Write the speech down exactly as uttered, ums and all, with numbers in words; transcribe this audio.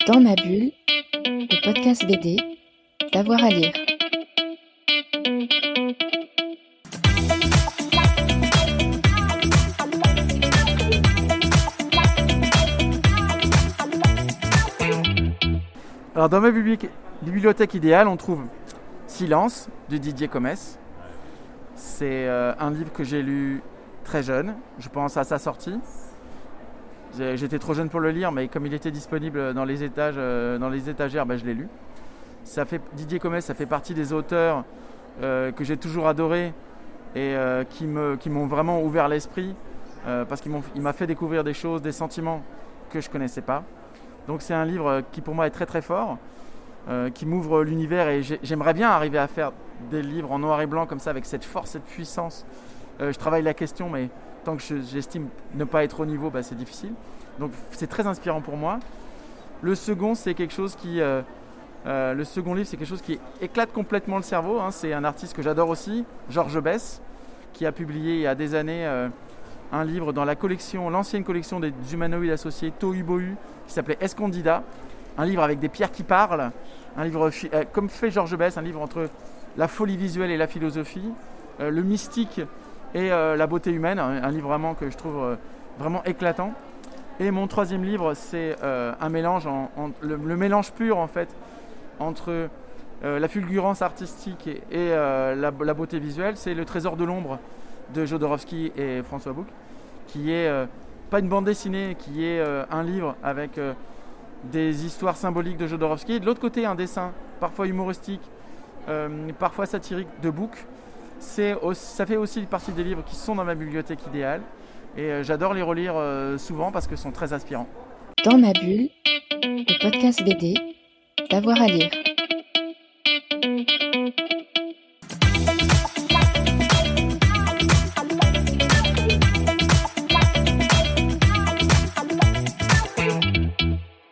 Dans ma bulle, le podcast B D, d'avoir à lire. Alors dans ma bibliothèque, bibliothèque idéale, on trouve Silence de Didier Comès. C'est euh, un livre que j'ai lu très jeune, je pense à sa sortie. J'ai, j'étais trop jeune pour le lire, mais comme il était disponible dans les étages, euh, dans les étagères, bah, je l'ai lu. Ça fait, Didier Comès, ça fait partie des auteurs euh, que j'ai toujours adorés et euh, qui, me, qui m'ont vraiment ouvert l'esprit euh, parce qu'il il m'a fait découvrir des choses, des sentiments que je ne connaissais pas. Donc c'est un livre qui pour moi est très très fort, euh, qui m'ouvre l'univers et j'ai, j'aimerais bien arriver à faire des livres en noir et blanc comme ça avec cette force, cette puissance. Euh, je travaille la question, mais tant que je, j'estime ne pas être au niveau, bah, c'est difficile. Donc c'est très inspirant pour moi. Le second, c'est quelque chose qui, euh, euh, le second livre, c'est quelque chose qui éclate complètement le cerveau. Hein. C'est un artiste que j'adore aussi, Georges Besse, qui a publié il y a des années euh, un livre dans la collection, l'ancienne collection des humanoïdes associés Tohu Bohu, qui s'appelait Escondida. Un livre avec des pierres qui parlent, un livre euh, comme fait Georges Besse, un livre entre la folie visuelle et la philosophie, euh, le mystique et euh, la beauté humaine, un, un livre vraiment que je trouve euh, vraiment éclatant. Et mon troisième livre, c'est euh, un mélange, en, en, le, le mélange pur en fait entre euh, la fulgurance artistique et, et euh, la, la beauté visuelle. C'est Le Trésor de l'ombre de Jodorowsky et François Bouck, qui est euh, pas une bande dessinée, qui est euh, un livre avec euh, des histoires symboliques de Jodorowsky. Et de l'autre côté, un dessin, parfois humoristique, euh, parfois satirique de Bouck. C'est aussi, ça fait aussi partie des livres qui sont dans ma bibliothèque idéale. Et euh, j'adore les relire euh, souvent parce qu'ils sont très inspirants. Dans ma bulle, le podcast B D, d'avoir à lire.